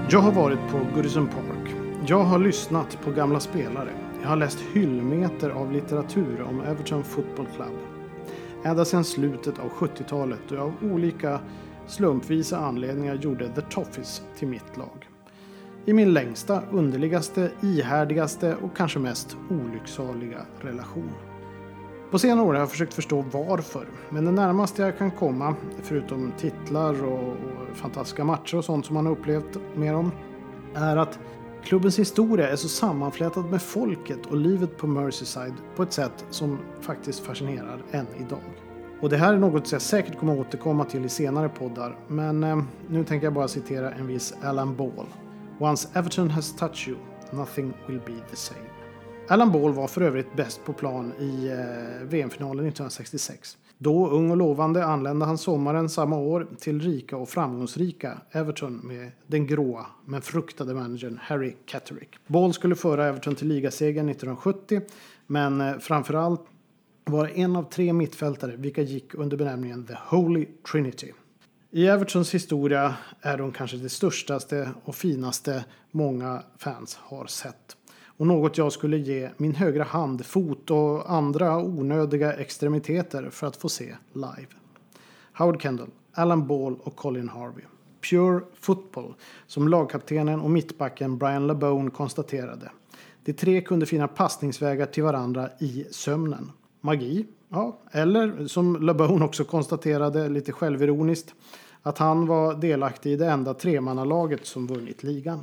Jag har varit på Goodison Park. Jag har lyssnat på gamla spelare. Jag har läst hyllmeter av litteratur om Everton Football Club. Ända sedan slutet av 70-talet då jag av olika slumpvisa anledningar gjorde The Toffees till mitt lag. I min längsta, underligaste, ihärdigaste och kanske mest olycksaliga relation. På senare år har jag försökt förstå varför, men det närmaste jag kan komma, förutom titlar och fantastiska matcher och sånt som man har upplevt mer om, är att klubbens historia är så sammanflätad med folket och livet på Merseyside på ett sätt som faktiskt fascinerar än idag. Och det här är något jag säkert kommer återkomma till i senare poddar, men nu tänker jag bara citera en viss Alan Ball. Once Everton has touched you, nothing will be the same. Alan Ball var för övrigt bäst på plan i VM-finalen 1966. Då, ung och lovande, anlände han sommaren samma år till rika och framgångsrika Everton med den gråa men fruktade managern Harry Catterick. Ball skulle föra Everton till ligasegern 1970, men framförallt var en av 3 mittfältare vilka gick under benämningen The Holy Trinity. I Evertons historia är de kanske det störstaste och finaste många fans har sett. Och något jag skulle ge min högra hand, fot och andra onödiga extremiteter för att få se live. Howard Kendall, Alan Ball och Colin Harvey. Pure football, som lagkaptenen och mittbacken Brian LeBone konstaterade. De 3 kunde finna passningsvägar till varandra i sömnen. Magi, ja, eller som LeBone också konstaterade lite självironiskt, att han var delaktig i det enda 3-mannalaget som vunnit ligan.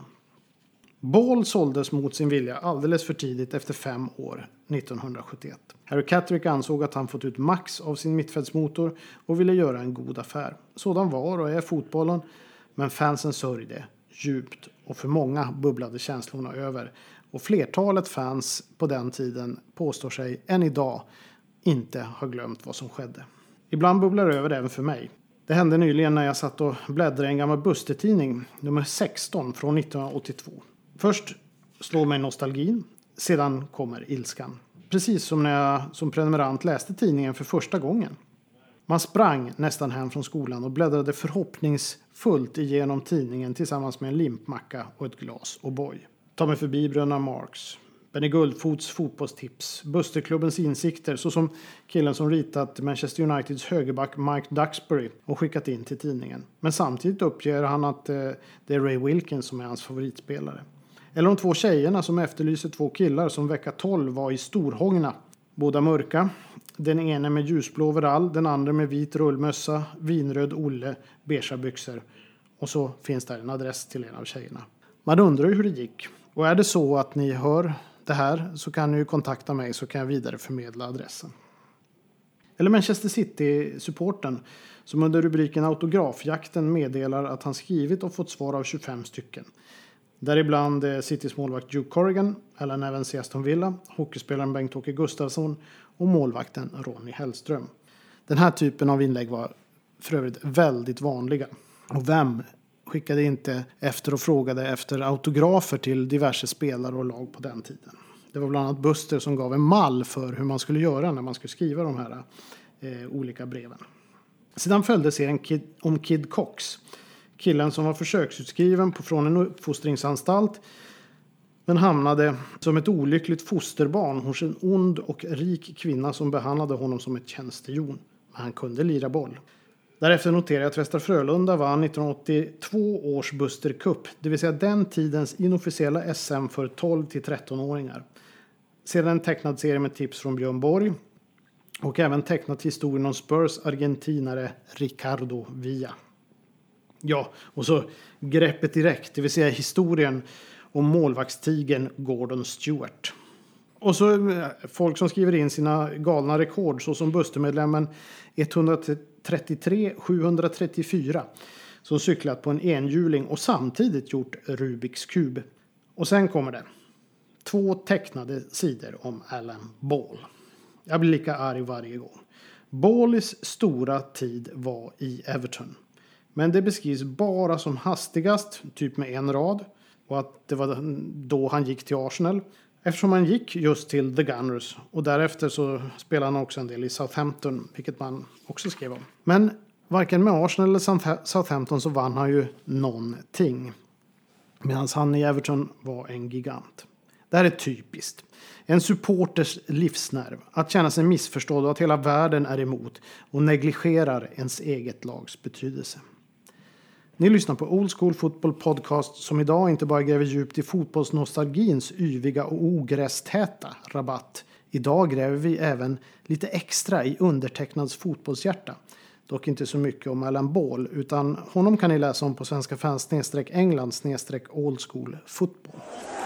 Ball såldes mot sin vilja alldeles för tidigt efter 5 år, 1971. Harry Catterick ansåg att han fått ut max av sin mittfältsmotor och ville göra en god affär. Sådan var och är fotbollen, men fansen sörjde djupt och för många bubblade känslorna över. Och flertalet fans på den tiden påstår sig än idag inte ha glömt vad som skedde. Ibland bubblar det över även för mig. Det hände nyligen när jag satt och bläddrade i en gammal Buster-tidning, nummer 16 från 1982. Först slår mig nostalgin, sedan kommer ilskan. Precis som när jag som prenumerant läste tidningen för första gången. Man sprang nästan hem från skolan och bläddrade förhoppningsfullt igenom tidningen tillsammans med en limpmacka och ett glas O'boy. Ta mig förbi Bröderna Marx, Benny Guldfots fotbollstips, Busterklubbens insikter, såsom killen som ritat Manchester Uniteds högerback Mike Duxbury och skickat in till tidningen. Men samtidigt uppger han att det är Ray Wilkins som är hans favoritspelare. Eller de 2 tjejerna som efterlyser 2 killar som vecka 12 var i Storhångna. Båda mörka, den ene med ljusblå overall, den andra med vit rullmössa, vinröd Olle, beige byxor. Och så finns där en adress till en av tjejerna. Man undrar ju hur det gick. Och är det så att ni hör det här så kan ni ju kontakta mig så kan jag vidareförmedla adressen. Eller Manchester City-supporten som under rubriken Autografjakten meddelar att han skrivit och fått svar av 25 stycken. Däribland Citys målvakt Duke Corrigan, Alan Evans i Aston Villa, hockeyspelaren Bengt-Åke Gustafsson och målvakten Ronny Hellström. Den här typen av inlägg var för övrigt väldigt vanliga. Och vem skickade inte efter och frågade efter autografer till diverse spelare och lag på den tiden? Det var bland annat Buster som gav en mall för hur man skulle göra när man skulle skriva de här olika breven. Sedan följde serien om Kid Cox. Killen som var försöksutskriven från en uppfostringsanstalt men hamnade som ett olyckligt fosterbarn hos en ond och rik kvinna som behandlade honom som ett tjänstehjon. Men han kunde lira boll. Därefter noterar jag att Västra Frölunda vann 1982 års Buster Cup, det vill säga den tidens inofficiella SM för 12-13-åringar. Sedan en tecknad serie med tips från Björn Borg och även tecknat historien om Spurs argentinare Ricardo Villa. Ja, och så greppet direkt, det vill säga historien om målvaktstigen Gordon Stewart. Och så folk som skriver in sina galna rekord så som Bustermedlemmen 133 734 som cyklat på en enhjuling och samtidigt gjort Rubiks kub. Och sen kommer det 2 tecknade sidor om Alan Ball. Jag blir lika arg varje gång. Balls stora tid var i Everton. Men det beskrivs bara som hastigast, typ med en rad. Och att det var då han gick till Arsenal. Eftersom han gick just till The Gunners. Och därefter så spelade han också en del i Southampton, vilket man också skrev om. Men varken med Arsenal eller Southampton så vann han ju någonting. medan han i Everton var en gigant. Det här är typiskt. En supporters livsnerv. Att känna sig missförstådd och att hela världen är emot och negligerar ens eget lags betydelse. Ni lyssnar på Old School Football Podcast som idag inte bara gräver djupt i fotbollsnostalgins yviga och ogrästäta rabatt. Idag gräver vi även lite extra i undertecknads fotbollshjärta. Dock inte så mycket om Alan Ball, utan honom kan ni läsa om på Svenska fans /England /Old School Football.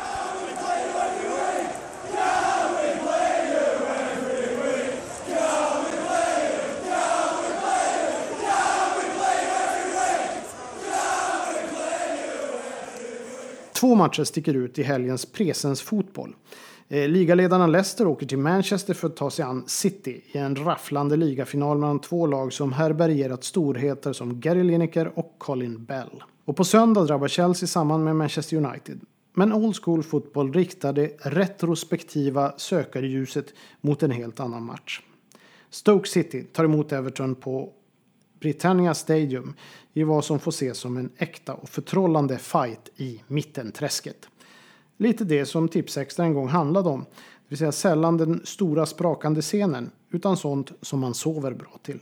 Två matcher sticker ut i helgens presens fotboll. Ligaledarna Leicester åker till Manchester för att ta sig an City i en rafflande ligafinal mellan två lag som härbärgerat storheter som Gary Lineker och Colin Bell. Och på söndag drabbar Chelsea samman med Manchester United. Men Old School Football riktar det retrospektiva sökarljuset mot en helt annan match. Stoke City tar emot Everton på Britannia Stadium i vad som får ses som en äkta och förtrollande fight i mittenträsket. Lite det som Tipsextra en gång handlade om, det vill säga sällan den stora sprakande scenen, utan sånt som man sover bra till.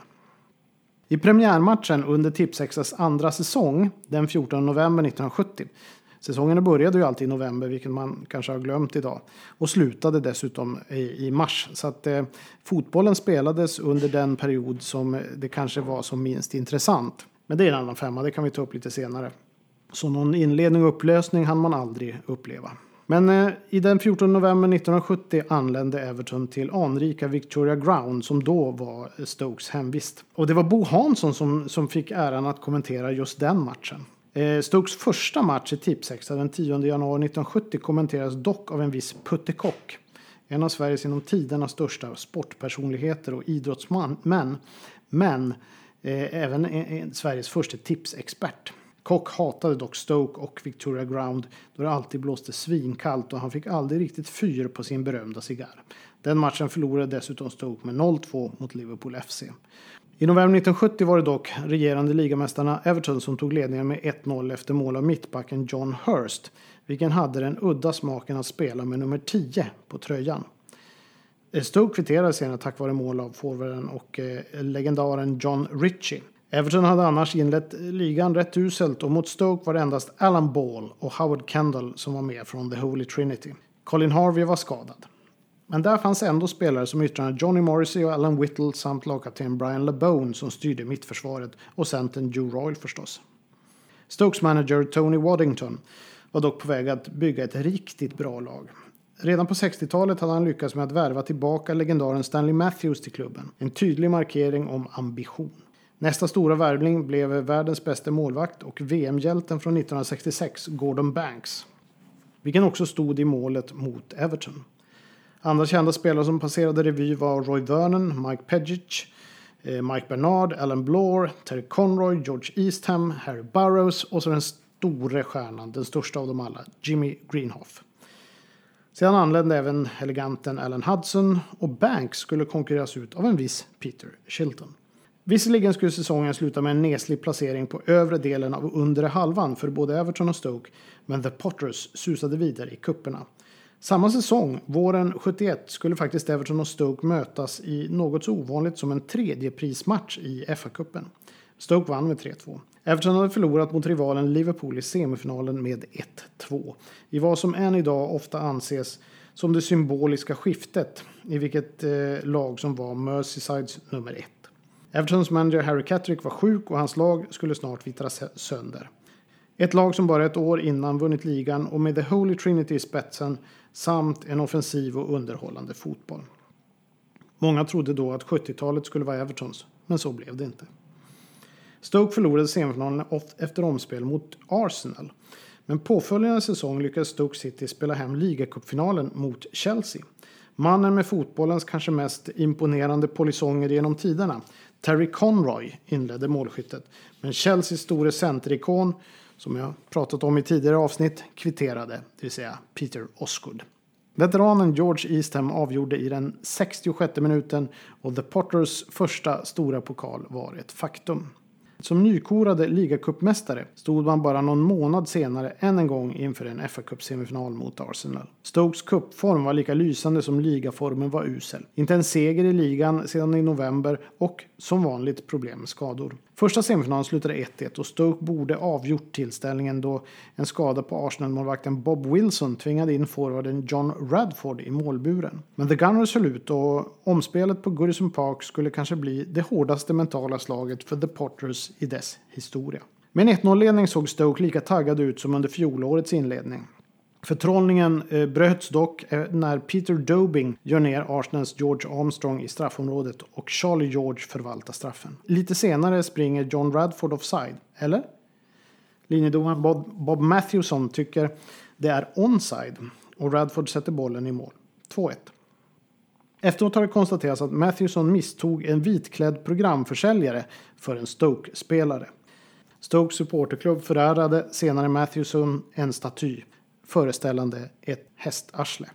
I premiärmatchen under Tipsextras andra säsong, den 14 november 1970, säsongen började ju alltid i november, vilket man kanske har glömt idag, och slutade dessutom i mars. Så att fotbollen spelades under den period som det kanske var som minst intressant. Men det är en annan femma, det kan vi ta upp lite senare. Så någon inledning och upplösning hann man aldrig uppleva. Men i den 14 november 1970 anlände Everton till anrika Victoria Ground som då var Stokes hemvist. Och det var Bo Hansson som fick äran att kommentera just den matchen. Stokes första match i Tipsextra den 10 januari 1970 kommenteras dock av en viss Putte Kock. En av Sveriges genom tiderna största sportpersonligheter och idrottsmän. Men även Sveriges första tipsexpert. Kock hatade dock Stoke och Victoria Ground då det alltid blåste svinkallt och han fick aldrig riktigt fyr på sin berömda cigarr. Den matchen förlorade dessutom Stoke med 0-2 mot Liverpool FC. I november 1970 var det dock regerande ligamästarna Everton som tog ledningen med 1-0 efter mål av mittbacken John Hurst, vilken hade den udda smaken att spela med nummer 10 på tröjan. Stoke kvitterade senare tack vare mål av forwarden och legendaren John Ritchie. Everton hade annars inlett ligan rätt uselt och mot Stoke var det endast Alan Ball och Howard Kendall som var med från The Holy Trinity. Colin Harvey var skadad. Men där fanns ändå spelare som yttrarna Johnny Morrissey och Alan Whittle samt lagkapten Brian LeBone som styrde mittförsvaret och centern Joe Royle förstås. Stokes manager Tony Waddington var dock på väg att bygga ett riktigt bra lag. Redan på 60-talet hade han lyckats med att värva tillbaka legendaren Stanley Matthews till klubben. En tydlig markering om ambition. Nästa stora värvning blev världens bästa målvakt och VM-hjälten från 1966, Gordon Banks. Vilken också stod i målet mot Everton. Andra kända spelare som passerade revy var Roy Vernon, Mike Pedgic, Mike Bernard, Alan Blore, Terry Conroy, George Eastham, Harry Burroughs och så den stora stjärnan, den största av dem alla, Jimmy Greenhoff. Sedan anlände även eleganten Alan Hudson och Banks skulle konkurreras ut av en viss Peter Shilton. Visserligen skulle säsongen sluta med en neslig placering på övre delen av undre halvan för både Everton och Stoke, men The Potters susade vidare i kupperna. Samma säsong, våren 71, skulle faktiskt Everton och Stoke mötas i något så ovanligt som en tredje prismatch i FA-cupen. Stoke vann med 3-2. Everton hade förlorat mot rivalen Liverpool i semifinalen med 1-2. I vad som än idag ofta anses som det symboliska skiftet i vilket lag som var Merseysides nummer 1. Evertons manager Harry Catterick var sjuk och hans lag skulle snart vittras sönder. Ett lag som bara ett år innan vunnit ligan och med The Holy Trinity i spetsen samt en offensiv och underhållande fotboll. Många trodde då att 70-talet skulle vara Evertons, men så blev det inte. Stoke förlorade semifinalen efter omspel mot Arsenal. Men påföljande säsong lyckades Stoke City spela hem ligacupfinalen mot Chelsea. Mannen med fotbollens kanske mest imponerande polisonger genom tiderna, Terry Conroy, inledde målskyttet. Men Chelseas store centerikon, som jag pratat om i tidigare avsnitt, kvitterade, det vill säga Peter Osgood. Veteranen George Eastham avgjorde i den 66:e minuten och The Potters första stora pokal var ett faktum. Som nykorade ligacupmästare stod man bara någon månad senare än en gång inför en FA-cup-semifinal mot Arsenal. Stokes cupform var lika lysande som ligaformen var usel. Inte en seger i ligan sedan i november och som vanligt problem med skador. Första semifinalen slutade 1-1 och Stoke borde avgjort tillställningen då en skada på Arsenal-målvakten Bob Wilson tvingade in forwarden John Radford i målburen. Men The Gunners höll ut och omspelet på Goodison Park skulle kanske bli det hårdaste mentala slaget för The Potters i dess historia. Med en 1-0-ledning såg Stoke lika taggad ut som under fjolårets inledning. Förtrollningen bröts dock när Peter Dobing gör ner Arsenals George Armstrong i straffområdet och Charlie George förvaltar straffen. Lite senare springer John Radford offside, eller? Linjedomaren Bob Matthewson tycker det är onside och Radford sätter bollen i mål. 2-1. Efteråt har det konstaterats att Matthewson misstog en vitklädd programförsäljare för en Stoke-spelare. Stokes supporterklubb förärade senare Matthewson en staty föreställande ett hästarsle.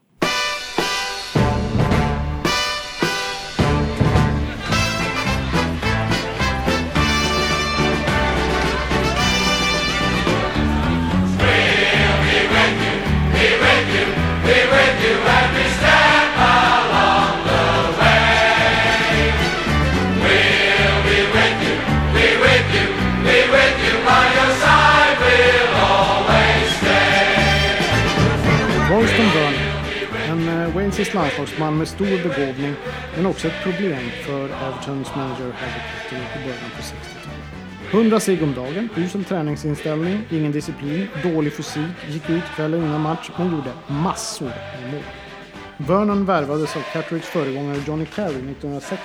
Royston Byrne, en walesisk landslagsman med stor begåvning men också ett problem för Evertons manager Harry Catterick i början på 60-talet. 100 sig om dagen, usel träningsinställning, ingen disciplin, dålig fysik, gick ut kvällen innan match men gjorde massor av mål. Vernon värvades av Cattericks föregångare Johnny Carey 1960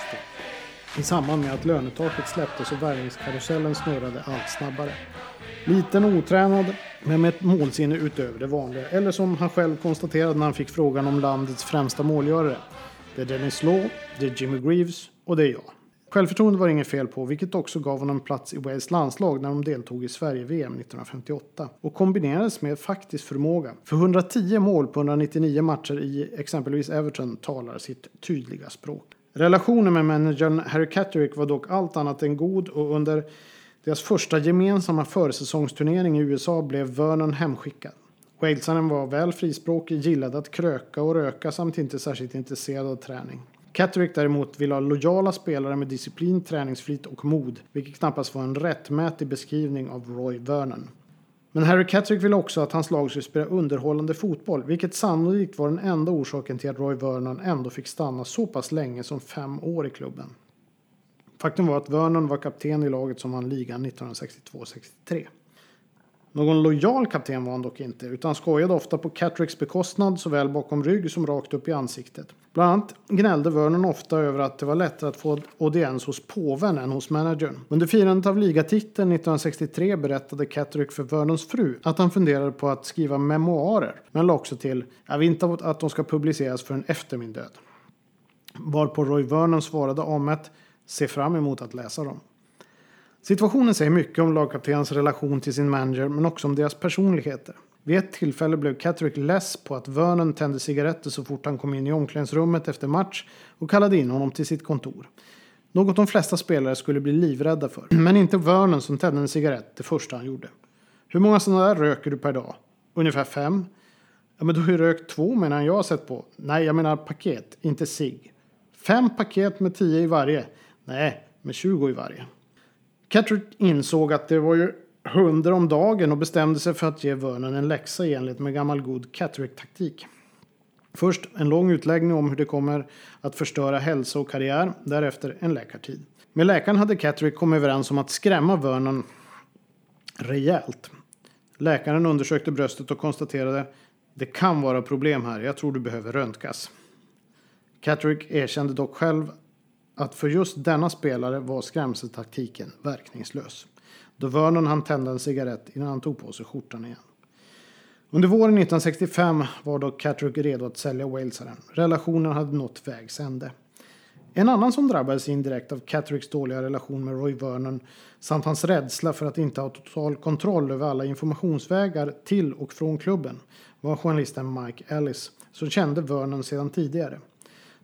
i samband med att lönetaket släpptes och värvningskarusellen snurrade allt snabbare. Liten och otränad, men med ett målsinne utöver det vanliga. Eller som han själv konstaterade när han fick frågan om landets främsta målgörare. Det är Dennis Law, det är Jimmy Greaves och det är jag. Självförtroende var inget fel på, vilket också gav honom plats i Wales landslag när de deltog i Sverige-VM 1958. Och kombinerades med faktisk förmåga. För 110 mål på 199 matcher i exempelvis Everton talar sitt tydliga språk. Relationen med managern Harry Catterick var dock allt annat än god och under deras första gemensamma försäsongsturnering i USA blev Vernon hemskickad. Walesaren var väl frispråkig, gillade att kröka och röka samt inte särskilt intresserad av träning. Catterick däremot ville ha lojala spelare med disciplin, träningsflit och mod, vilket knappast var en rättmätig beskrivning av Roy Vernon. Men Harry Catterick ville också att hans lag skulle spela underhållande fotboll, vilket sannolikt var den enda orsaken till att Roy Vernon ändå fick stanna så pass länge som 5 år i klubben. Faktum var att Vernon var kapten i laget som vann ligan 1962-63. Någon lojal kapten var han dock inte, utan skojade ofta på Cattericks bekostnad såväl bakom rygg som rakt upp i ansiktet. Bland annat gnällde Vernon ofta över att det var lättare att få audiens hos påven än hos managern. Under firandet av ligatiteln 1963 berättade Catterick för Vernons fru att han funderade på att skriva memoarer, men la också till jag vill inte att de ska publiceras förrän efter min död. Varpå Roy Vernon svarade om att se fram emot att läsa dem. Situationen säger mycket om lagkaptenens relation till sin manager men också om deras personligheter. Vid ett tillfälle blev Catterick less på att Vernon tände cigaretter så fort han kom in i omklädningsrummet efter match och kallade in honom till sitt kontor. Något de flesta spelare skulle bli livrädda för. Men inte Vernon som tände en cigarett det första han gjorde. Hur många sådana där röker du per dag? Ungefär 5. Ja men du har ju rökt 2 menar jag har sett på. Nej jag menar paket, inte cigg. 5 paket med 10 i varje. Nej, med 20 i varje. Catterick insåg att det var ju 100 om dagen och bestämde sig för att ge Vernon en läxa enligt med gammal god Catterick-taktik. Först en lång utläggning om hur det kommer att förstöra hälsa och karriär, därefter en läkartid. Med läkaren hade Catterick kommit överens om att skrämma Vernon rejält. Läkaren undersökte bröstet och konstaterade det kan vara problem här, jag tror du behöver röntgas. Catterick erkände dock själv att för just denna spelare var skrämseltaktiken verkningslös. Då Vernon han tände en cigarett innan han tog på sig skjortan igen. Under våren 1965 var dock Catterick redo att sälja Walesaren. Relationen hade nått vägs ände. En annan som drabbades indirekt av Cattericks dåliga relation med Roy Vernon samt hans rädsla för att inte ha total kontroll över alla informationsvägar till och från klubben var journalisten Mike Ellis som kände Vernon sedan tidigare.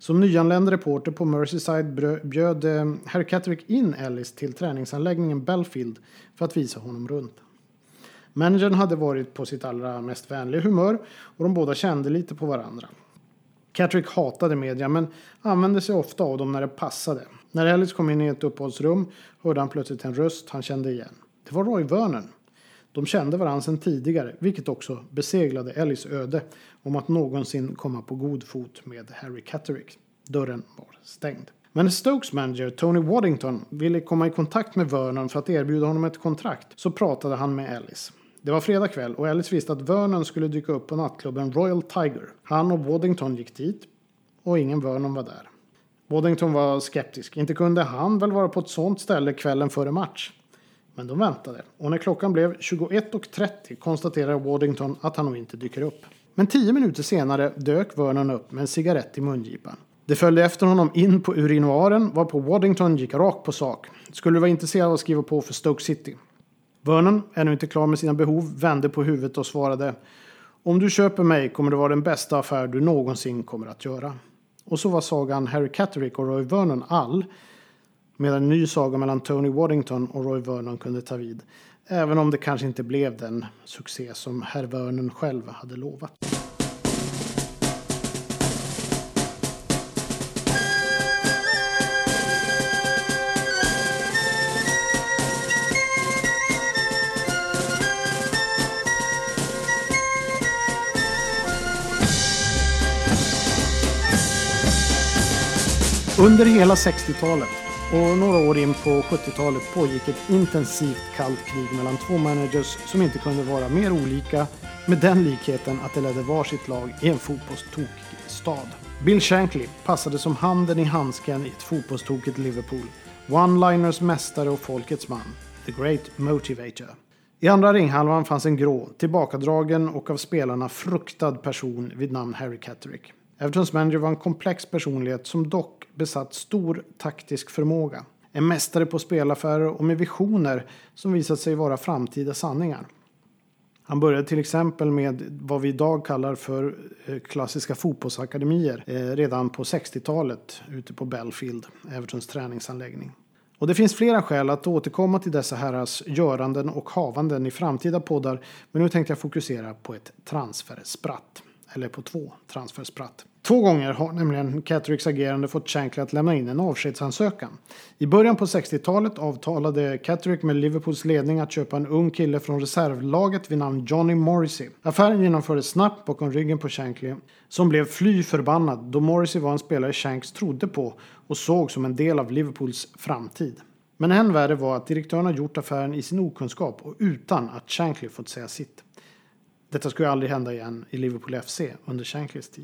Som nyanländ reporter på Merseyside bjöd Harry Catterick in Ellis till träningsanläggningen Belfield för att visa honom runt. Managern hade varit på sitt allra mest vänliga humör och de båda kände lite på varandra. Catterick hatade media men använde sig ofta av dem när det passade. När Ellis kom in i ett uppehållsrum hörde han plötsligt en röst han kände igen. Det var Roy Vernon. De kände varandra sedan tidigare, vilket också beseglade Ellis öde om att någonsin komma på god fot med Harry Catterick. Dörren var stängd. Men när Stokes manager Tony Waddington ville komma i kontakt med Vernon för att erbjuda honom ett kontrakt så pratade han med Ellis. Det var fredag kväll och Ellis visste att Vernon skulle dyka upp på nattklubben Royal Tiger. Han och Waddington gick dit och ingen Vernon var där. Waddington var skeptisk. Inte kunde han väl vara på ett sånt ställe kvällen före match. Men de väntade och när klockan blev 21:30 konstaterade Waddington att han nog inte dyker upp. Men 10 minuter senare dök Vernon upp med en cigarett i mungipan. Det följde efter honom in på urinoaren varpå Waddington gick rakt på sak. Skulle du vara intresserad av att skriva på för Stoke City? Vernon, ännu inte klar med sina behov, vände på huvudet och svarade: om du köper mig kommer det vara den bästa affär du någonsin kommer att göra. Och så var sagan Harry Catterick och Roy Vernon all, medan en ny saga mellan Tony Waddington och Roy Vernon kunde ta vid. Även om det kanske inte blev den succé som herr Vernon själv hade lovat. Under hela 60-talet och några år in på 70-talet pågick ett intensivt kallt krig mellan två managers som inte kunde vara mer olika, med den likheten att de ledde varsitt lag i en fotbollstokig stad. Bill Shankly passade som handen i handsken i ett fotbollstokigt Liverpool. One-liners mästare och folkets man. The Great Motivator. I andra ringhalvan fanns en grå, tillbakadragen och av spelarna fruktad person vid namn Harry Catterick. Evertons manager var en komplex personlighet som dock besatt stor taktisk förmåga. En mästare på spelaffärer och med visioner som visat sig vara framtida sanningar. Han började till exempel med vad vi idag kallar för klassiska fotbollsakademier redan på 60-talet ute på Belfield, Evertons träningsanläggning. Och det finns flera skäl att återkomma till dessa herrars göranden och havanden i framtida poddar, men nu tänkte jag fokusera på ett transferspratt. Eller på 2 transferspratt. 2 gånger har nämligen Cattericks agerande fått Shankly att lämna in en avskedsansökan. I början på 60-talet avtalade Catterick med Liverpools ledning att köpa en ung kille från reservlaget vid namn Johnny Morrissey. Affären genomfördes snabbt bakom ryggen på Shankly, som blev fly förbannad då Morrissey var en spelare Shanks trodde på och såg som en del av Liverpools framtid. Men än värre var att direktören har gjort affären i sin okunskap och utan att Shankly fått säga sitt. Detta skulle aldrig hända igen i Liverpool FC under Shanklys tid.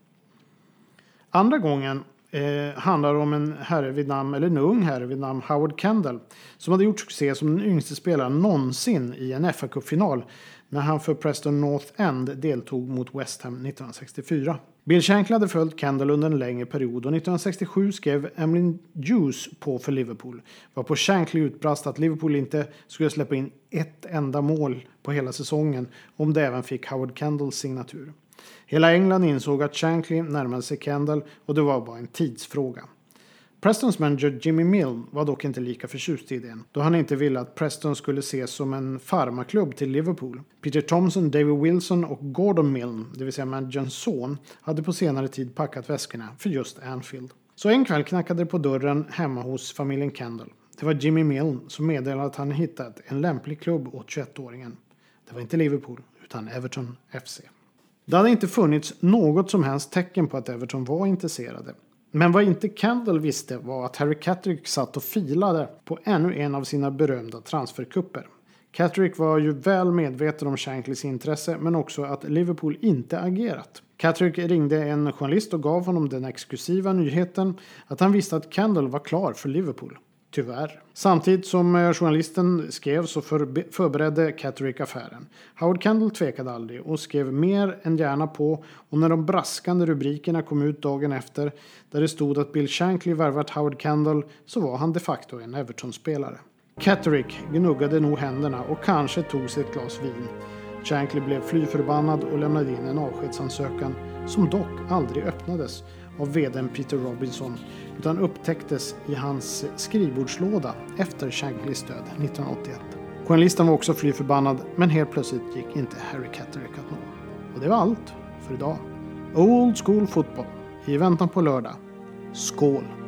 Andra gången handlar om en ung herre vid namn Howard Kendall som hade gjort succé som den yngste spelaren någonsin i en FA-cupfinal när han för Preston North End deltog mot West Ham 1964. Bill Shankly hade följt Kendall under en längre period och 1967 skrev Emlyn Hughes på för Liverpool. Varpå Shankly utbrast att Liverpool inte skulle släppa in ett enda mål på hela säsongen om det även fick Howard Kendalls signatur. Hela England insåg att Shankly närmade sig Kendall och det var bara en tidsfråga. Prestons manager Jimmy Milne var dock inte lika förtjust i idén, då han inte ville att Preston skulle ses som en farmaklubb till Liverpool. Peter Thompson, David Wilson och Gordon Milne, det vill säga managerns son, hade på senare tid packat väskorna för just Anfield. Så en kväll knackade det på dörren hemma hos familjen Kendall. Det var Jimmy Milne som meddelade att han hittat en lämplig klubb åt 21-åringen. Det var inte Liverpool utan Everton FC. Det hade inte funnits något som helst tecken på att Everton var intresserade. Men vad inte Kendall visste var att Harry Catterick satt och filade på ännu en av sina berömda transferkupper. Catterick var ju väl medveten om Shanklys intresse men också att Liverpool inte agerat. Catterick ringde en journalist och gav honom den exklusiva nyheten att han visste att Kendall var klar för Liverpool. Tyvärr. Samtidigt som journalisten skrev så förberedde Catterick affären. Howard Kendall tvekade aldrig och skrev mer än gärna på, och när de braskande rubrikerna kom ut dagen efter där det stod att Bill Shankly värvat Howard Kendall så var han de facto en Everton-spelare. Catterick gnuggade nog händerna och kanske tog sig ett glas vin. Shankly blev fly förbannad och lämnade in en avskedsansökan som dock aldrig öppnades av vdn Peter Robinson utan upptäcktes i hans skrivbordslåda efter Shagleys död 1981. Journalisten var också fly förbannad, men helt plötsligt gick inte Harry Catterick att nå. Och det var allt för idag. Old School Football. I väntan på lördag. Skål!